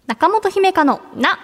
中本姫香のな。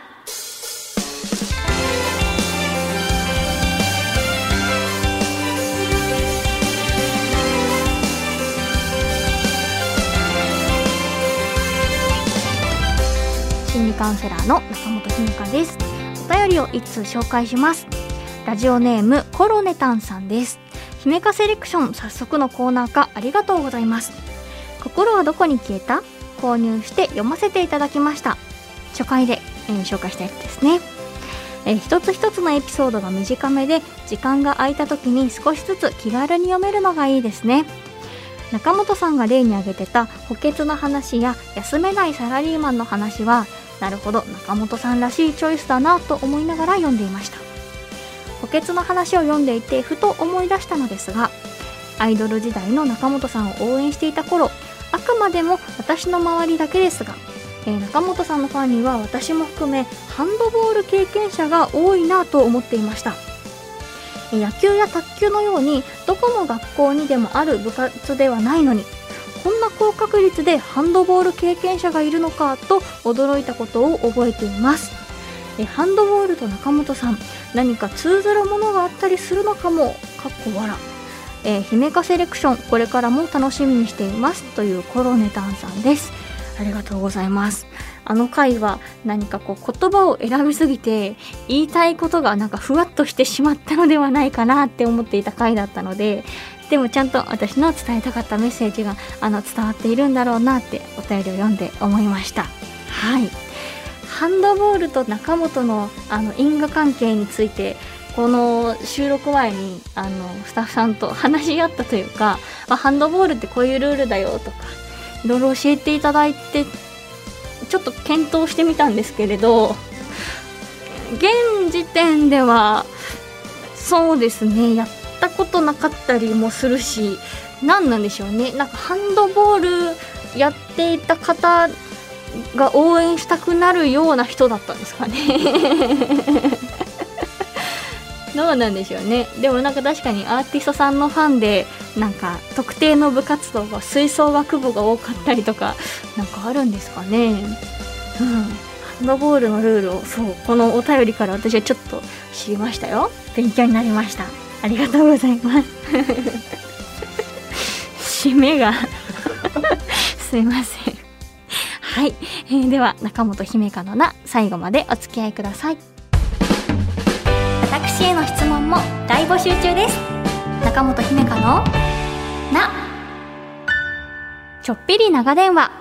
心理カウンセラーの中本姫香です。お便りを一通紹介します。ラジオネームコロネタンさんです。姫香セレクション、早速のコーナー化ありがとうございます。心はどこに消えた？購入して読ませていただきました。初回で、紹介したやつですね。一つ一つのエピソードが短めで、時間が空いた時に少しずつ気軽に読めるのがいいですね。中本さんが例に挙げてた補欠の話や休めないサラリーマンの話は、なるほど、中本さんらしいチョイスだなと思いながら読んでいました。補欠の話を読んでいてふと思い出したのですが、アイドル時代の中本さんを応援していた頃、あくまでも私の周りだけですが、中本さんのファンには私も含めハンドボール経験者が多いなと思っていました。野球や卓球のようにどこの学校にでもある部活ではないのに、こんな高確率でハンドボール経験者がいるのかと驚いたことを覚えています。ハンドボールと中本さん、何か通ずるものがあったりするのかも、かっこ笑。姫香セレクション、これからも楽しみにしていますというコロネタンさんです。ありがとうございます。あの回は何か言葉を選びすぎて言いたいことがふわっとしてしまったのではないかなって思っていた回だったので、でもちゃんと私の伝えたかったメッセージが伝わっているんだろうなってお便りを読んで思いました。はい、ハンドボールと中本の因果関係についてこの収録前にスタッフさんと話し合ったというか、ハンドボールってこういうルールだよとかいろいろ教えていただいて、ちょっと検討してみたんですけれど、現時点ではそうですね、やったことなかったりもするし、何なんでしょうね、ハンドボールやっていた方が応援したくなるような人だったんですかねどうなんでしょうね。でも確かにアーティストさんのファンで特定の部活動が吹奏楽部が多かったりとかあるんですかね。ハンドボールのルールをこのお便りから私はちょっと知りましたよ。勉強になりました。ありがとうございます締めがすいません。はい、では中本姫香のな、最後までお付き合いください。私への質問も大募集中です。中本姫香のな、ちょっぴり長電話。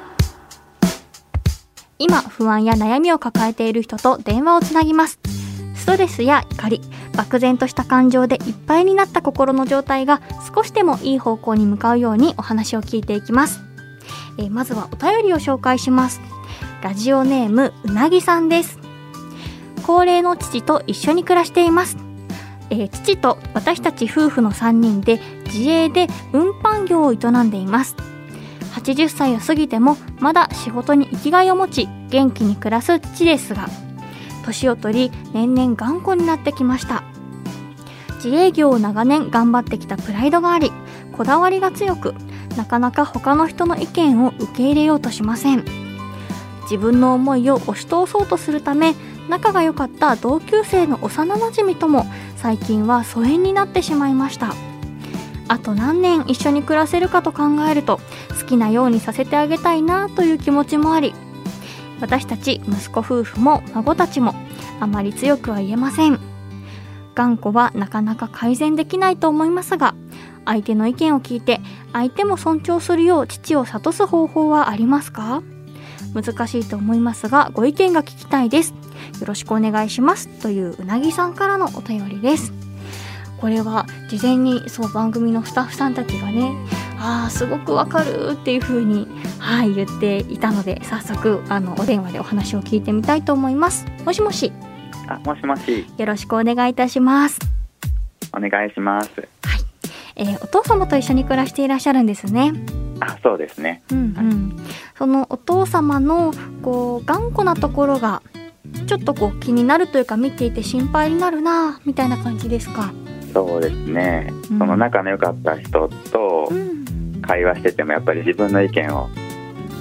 今不安や悩みを抱えている人と電話をつなぎます。ストレスや怒り、漠然とした感情でいっぱいになった心の状態が少しでもいい方向に向かうようにお話を聞いていきます。まずはお便りを紹介します。ラジオネームうなぎさんです。高齢の父と一緒に暮らしています。父と私たち夫婦の3人で自営で運搬業を営んでいます。80歳を過ぎてもまだ仕事に生きがいを持ち元気に暮らす父ですが、年を取り年々頑固になってきました。自営業を長年頑張ってきたプライドがあり、こだわりが強く、なかなか他の人の意見を受け入れようとしません。自分の思いを押し通そうとするため、仲が良かった同級生の幼なじみとも最近は疎遠になってしまいました。あと何年一緒に暮らせるかと考えると、好きなようにさせてあげたいなという気持ちもあり、私たち息子夫婦も孫たちもあまり強くは言えません。頑固はなかなか改善できないと思いますが、相手の意見を聞いて相手も尊重するよう父を諭す方法はありますか？難しいと思いますがご意見が聞きたいです。よろしくお願いしますといううなぎさんからのお便りです。これは事前に番組のスタッフさんたちがね、すごくわかるっていう風に言っていたので、早速お電話でお話を聞いてみたいと思います。もしもし。 もしもし。 よろしくお願いいたします。 お願いします。 はい。お父様と一緒に暮らしていらっしゃるんですね。 そうですね。 そのお父様の頑固なところがちょっと気になるというか、見ていて心配になるなみたいな感じですか？ そうですね、その仲の良かった人と会話しててもやっぱり自分の意見を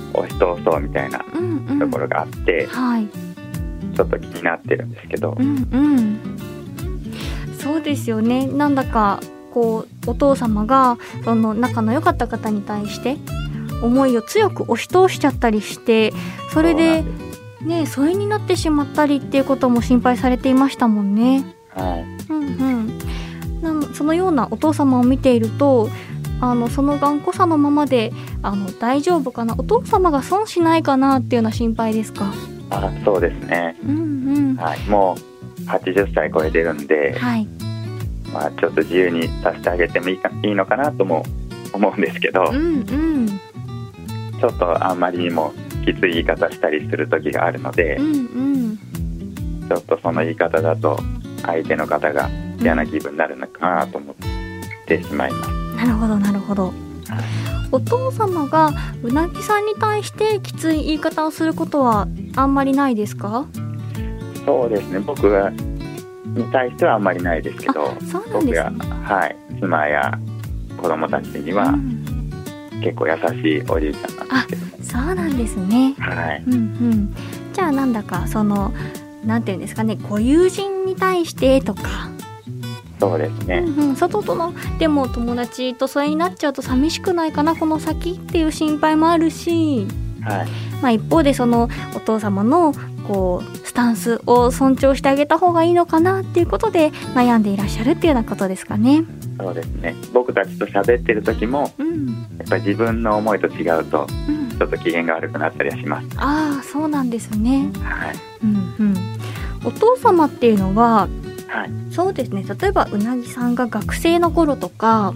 押し通そうみたいなところがあって、 はい、 ちょっと気になってるんですけど、 そうですよね。なんだかこうお父様がその仲の良かった方に対して思いを強く押し通しちゃったりして、それでね疎遠になってしまったりっていうことも心配されていましたもんね。 はい、 そのようなお父様を見ていると、その頑固さのままで大丈夫かな、お父様が損しないかなっていうような心配ですか？ そうですね、はい、もう80歳超えてるんで、 はい、 ちょっと自由にさせてあげてもいいのかなとも思うんですけど、ちょっとあんまりにもきつい言い方したりする時があるので、ちょっとその言い方だと相手の方が嫌な気分になるのかなと思ってしまいます。 なるほどなるほど。お父様がうなぎさんに対してきつい言い方をすることはあんまりないですか？ そうですね、僕に対してはあんまりないですけど、 そうなんですね。 僕が、妻や子供たちには、結構優しいおじいちゃんなんですけど。 そうなんですね。 はい、 じゃあなんだかそのなんていうんですかね、ご友人に対してとか。 そうですね、 外とのでも友達と疎遠になっちゃうと寂しくないかなこの先っていう心配もあるし、一方でそのお父様のこうスタンスを尊重してあげた方がいいのかなっていうことで悩んでいらっしゃるっていうようなことですかね。 そうですね、僕たちと喋ってる時も、やっぱり自分の思いと違うと、ちょっと機嫌が悪くなったりはします。 そうなんですね。お父様っていうのは、そうですね、例えばうなぎさんが学生の頃とか、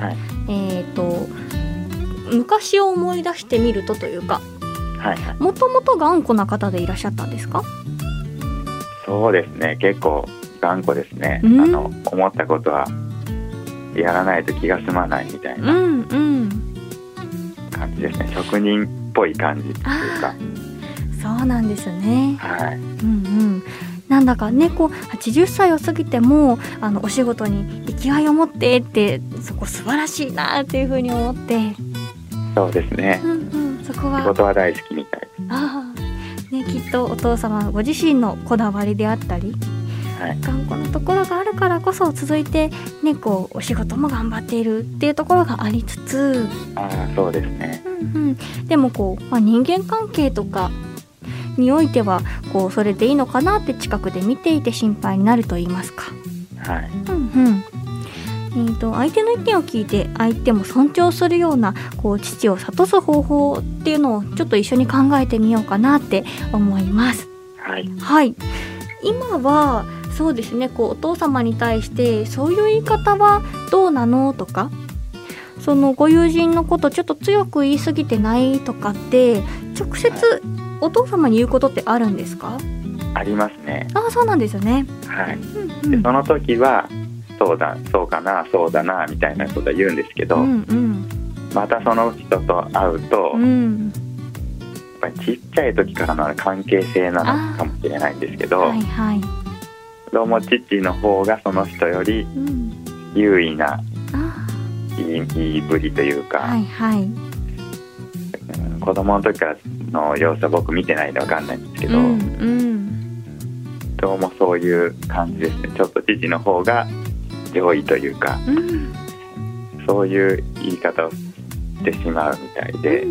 昔を思い出してみるとというか、もともと頑固な方でいらっしゃったんですか？ そうですね、結構頑固ですね。思ったことはやらないと気が済まないみたいな感じですね。職人っぽい感じっていうか。 そうなんですね。なんだかね、こう80歳を過ぎてもお仕事に生きがいを持ってってそこ素晴らしいなっていうふうに思って。 そうですね、 そこは仕事は大好きみたいです。 きっとお父様ご自身のこだわりであったり、頑固なところがあるからこそ続いて、こうお仕事も頑張っているっていうところがありつつ、 そうですね、 でもこう、人間関係とかにおいてはこうそれでいいのかなって近くで見ていて心配になると言いますか。相手の意見を聞いて相手も尊重するようなこう父を諭す方法っていうのをちょっと一緒に考えてみようかなって思います。今はそうですね、こうお父様に対してそういう言い方はどうなのとか、そのご友人のことちょっと強く言い過ぎてないとかって直接お父様に言うことってあるんですか？ ありますね。 そうなんですよね。 でその時はそうかな、そうだなみたいなことは言うんですけど、またその人と会うと、やっぱりちっちゃい時からの関係性なのかもしれないんですけど、どうも父の方がその人より優位な言いぶりというか、子供の時からの様子は僕見てないんで分かんないんですけど、どうもそういう感じですね。ちょっと父の方が上位というか、そういう言い方をしてしまうみたいで、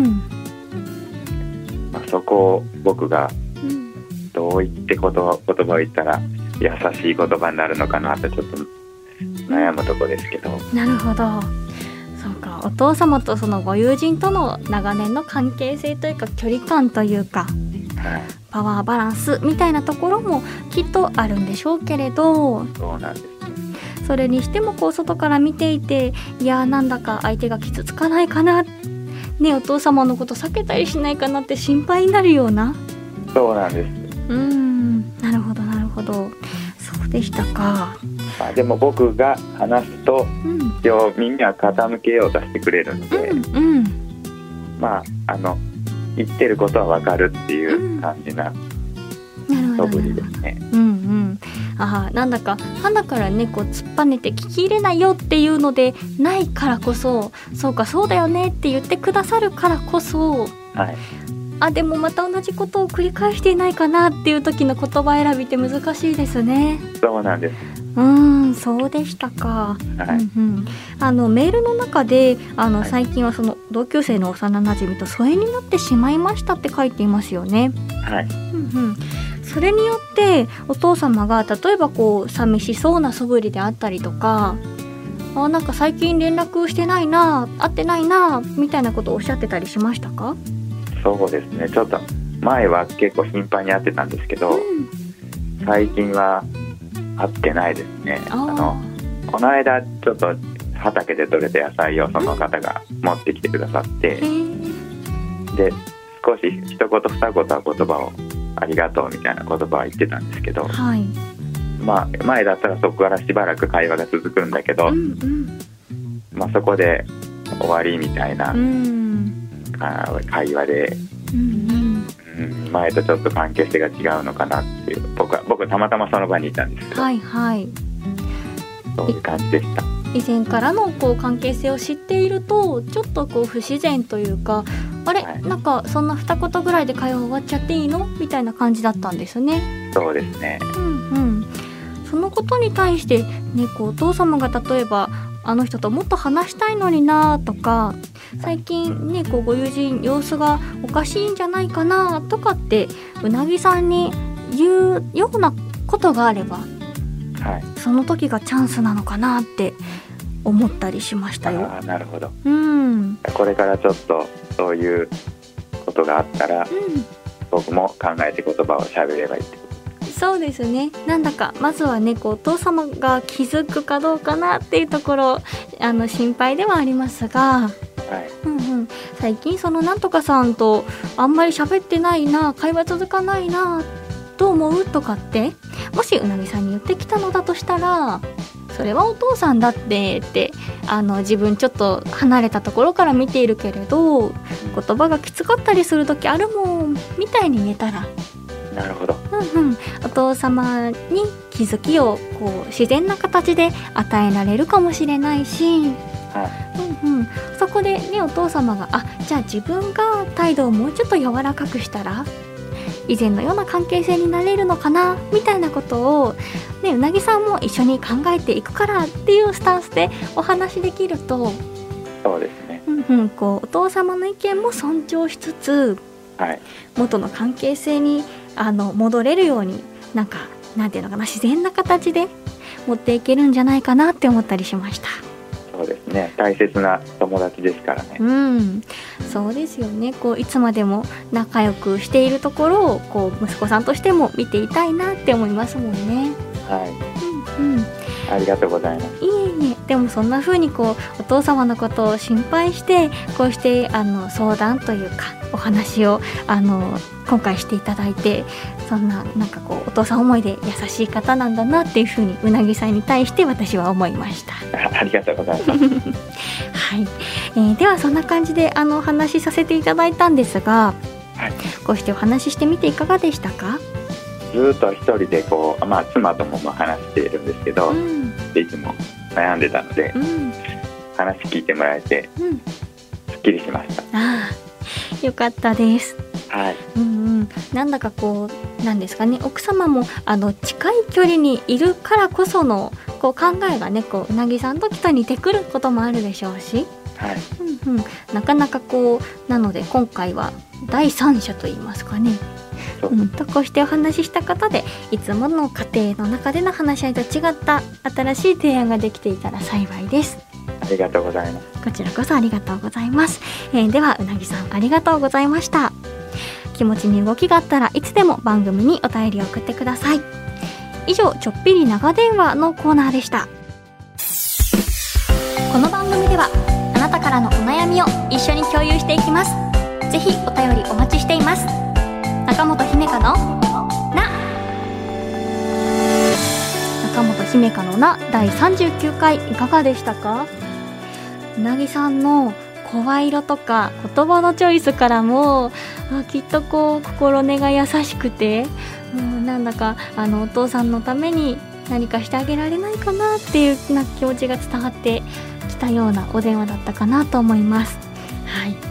そこを僕がどう言って言葉を言ったら優しい言葉になるのかなとちょっと悩むとこですけど。 なるほど、そうか、お父様とそのご友人との長年の関係性というか距離感というか、パワーバランスみたいなところもきっとあるんでしょうけれど、 そうなんですね。 それにしてもこう外から見ていて、いやなんだか相手が傷つかないかな、お父様のこと避けたりしないかなって心配になるような。 そうなんです。 なるほどなるほど、そうでしたか。 でも僕が話すと、一応耳は傾けようとしてくれるので、言ってることは分かるっていう感じな素振りですね。なんだか鼻からこう突っぱねて聞き入れないよっていうのでないからこそ、そうかそうだよねって言ってくださるからこそはい、 でもまた同じことを繰り返していないかなっていう時の言葉選びって難しいですね。 そうなんです。 そうでしたか。 はい、 メールの中で最近はその同級生の幼なじみと疎遠になってしまいましたって書いていますよね。 はい、 それによってお父様が例えばこう寂しそうな素振りであったりとか、なんか最近連絡してないな、会ってないなみたいなことをおっしゃってたりしましたか？ そうですね、ちょっと前は結構頻繁に会ってたんですけど、最近は会ってないですね。この間ちょっと畑で採れた野菜をその方が持ってきてくださって、で少し一言二言は言葉をありがとうみたいな言葉は言ってたんですけど、 はい、 前だったらそこからしばらく会話が続くんだけど、そこで終わりみたいな、会話で、前とちょっと関係性が違うのかなっていう、僕たまたまその場にいたんですけど、そういう感じでした。 以前からのこう関係性を知っているとちょっとこう不自然というか、なんかそんな二言ぐらいで会話終わっちゃっていいのみたいな感じだったんですね。 そうですね。 そのことに対してね、こうお父様が例えばあの人ともっと話したいのになとか、最近ねこうご友人様子がおかしいんじゃないかなとかってうなぎさんに言うようなことがあれば、その時がチャンスなのかなって思ったりしましたよ。 なるほど。これからちょっとそういうことがあったら、僕も考えて言葉を喋ればいいってこと。 そうですね。なんだかまずはねこうお父様が気づくかどうかなっていうところ心配ではありますが、最近そのなんとかさんとあんまり喋ってないな、会話続かないなどう思うとかってもしうなぎさんに言ってきたのだとしたら、それはお父さんだって自分ちょっと離れたところから見ているけれど言葉がきつかったりする時あるもんみたいに言えたら、 なるほど。 お父様に気づきをこう自然な形で与えられるかもしれないし、そこでねお父様がじゃあ自分が態度をもうちょっと柔らかくしたら以前のような関係性になれるのかなみたいなことを、うなぎさんも一緒に考えていくからっていうスタンスでお話できると、 そうですね、 こうお父様の意見も尊重しつつ、元の関係性に戻れるようになんていうのかな、自然な形で持っていけるんじゃないかなって思ったりしました。 そうですね、大切な友達ですからね。 そうですよね。こういつまでも仲良くしているところをこう息子さんとしても見ていたいなって思いますもんね。 ありがとうございます。 いえいえ、でもそんな風にこうお父様のことを心配してこうして相談というかお話を今回していただいて、そんななんかこうお父さん思いで優しい方なんだなっていう風にうなぎさんに対して私は思いました。 ありがとうございますはい、ではそんな感じでお話しさせていただいたんですが、こうしてお話ししてみていかがでしたか？ ずっと一人でこう、妻とも話しているんですけど、いつも悩んでたので、話聞いてもらえて、すっきりしました。 よかったです。なんだかこうなんですかね、奥様も近い距離にいるからこそのこう考えがねこううなぎさんときっと似てくることもあるでしょうし、なかなかこうなので今回は第三者といいますかね、とこうしてお話しした方でいつもの家庭の中での話し合いと違った新しい提案ができていたら幸いです。 ありがとうございます。 こちらこそありがとうございます。ではうなぎさんありがとうございました。気持ちに動きがあったらいつでも番組にお便りを送ってください。以上ちょっぴり長電話のコーナーでした。この番組ではあなたからのお悩みを一緒に共有していきます。ぜひお便りお待ちしています。中本姫香のな中本姫香のな第39回いかがでしたか？うなぎさんの声色とか言葉のチョイスからもきっとこう心根が優しくて、なんだかお父さんのために何かしてあげられないかなっていうな気持ちが伝わってきたようなお電話だったかなと思います。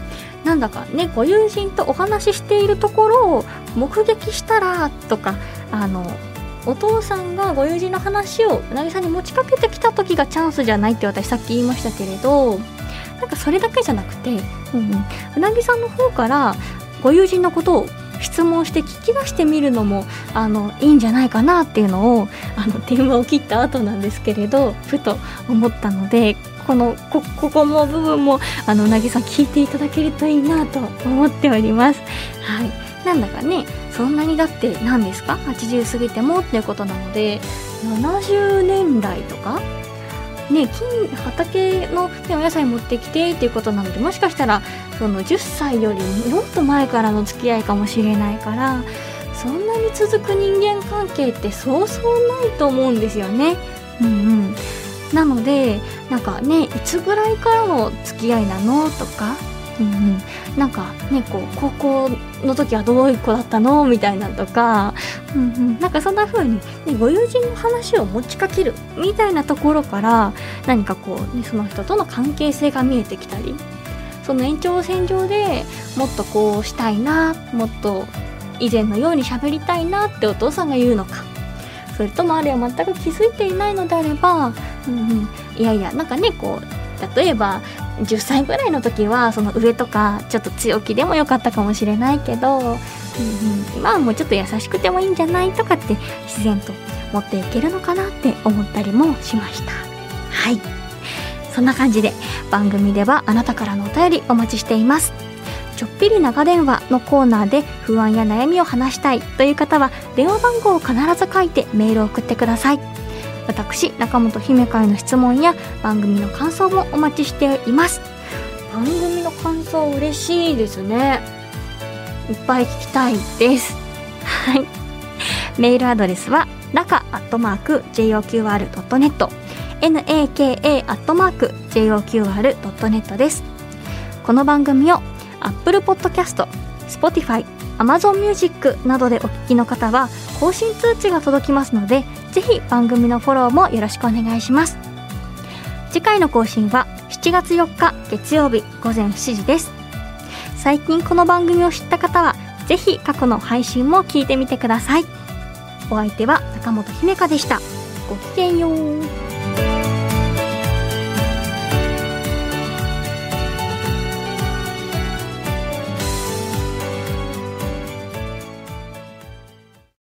なんだかねご友人とお話ししているところを目撃したらとか、お父さんがご友人の話をうなぎさんに持ちかけてきた時がチャンスじゃないって私さっき言いましたけれど、なんかそれだけじゃなくて、うなぎさんの方からご友人のことを質問して聞き出してみるのもいいんじゃないかなっていうのを電話を切った後なんですけれどふと思ったので、ここの部分もうなぎさん聞いていただけるといいなと思っております。はい、なんだかねそんなにだって何ですか80過ぎてもっていうことなので、70年代とかね、畑の、ね、お野菜持ってきてっていうことなので、もしかしたらその10歳よりもっと前からの付き合いかもしれないから、そんなに続く人間関係ってそうそうないと思うんですよね。なのでなんかねいつぐらいからの付き合いなのとか、なんかねこう高校の時はどういう子だったのみたいなとか、なんかそんな風に、ね、ご友人の話を持ちかけるみたいなところから何かこう、ね、その人との関係性が見えてきたり、その延長線上でもっとこうしたいな、もっと以前のように喋りたいなってお父さんが言うのか、それともあるいは全く気づいていないのであれば、いやいやなんかねこう例えば10歳ぐらいの時はその上とかちょっと強気でもよかったかもしれないけど、今はもうちょっと優しくてもいいんじゃないとかって自然と持っていけるのかなって思ったりもしました。はい、そんな感じで番組ではあなたからのお便りお待ちしています。ちょっぴり長電話のコーナーで不安や悩みを話したいという方は電話番号を必ず書いてメールを送ってください。私中本姫香への質問や番組の感想もお待ちしています。番組の感想嬉しいですね。いっぱい聞きたいです。はい、メールアドレスはnaka@joqr.net naka@joqr.net です。この番組を Apple Podcast、Spotify、Amazon Music などでお聞きの方は更新通知が届きますので、ぜひ番組のフォローもよろしくお願いします。次回の更新は7月4日月曜日午前7時です。最近この番組を知った方はぜひ過去の配信も聞いてみてください。お相手は中本姫香でした。ごきげんよう。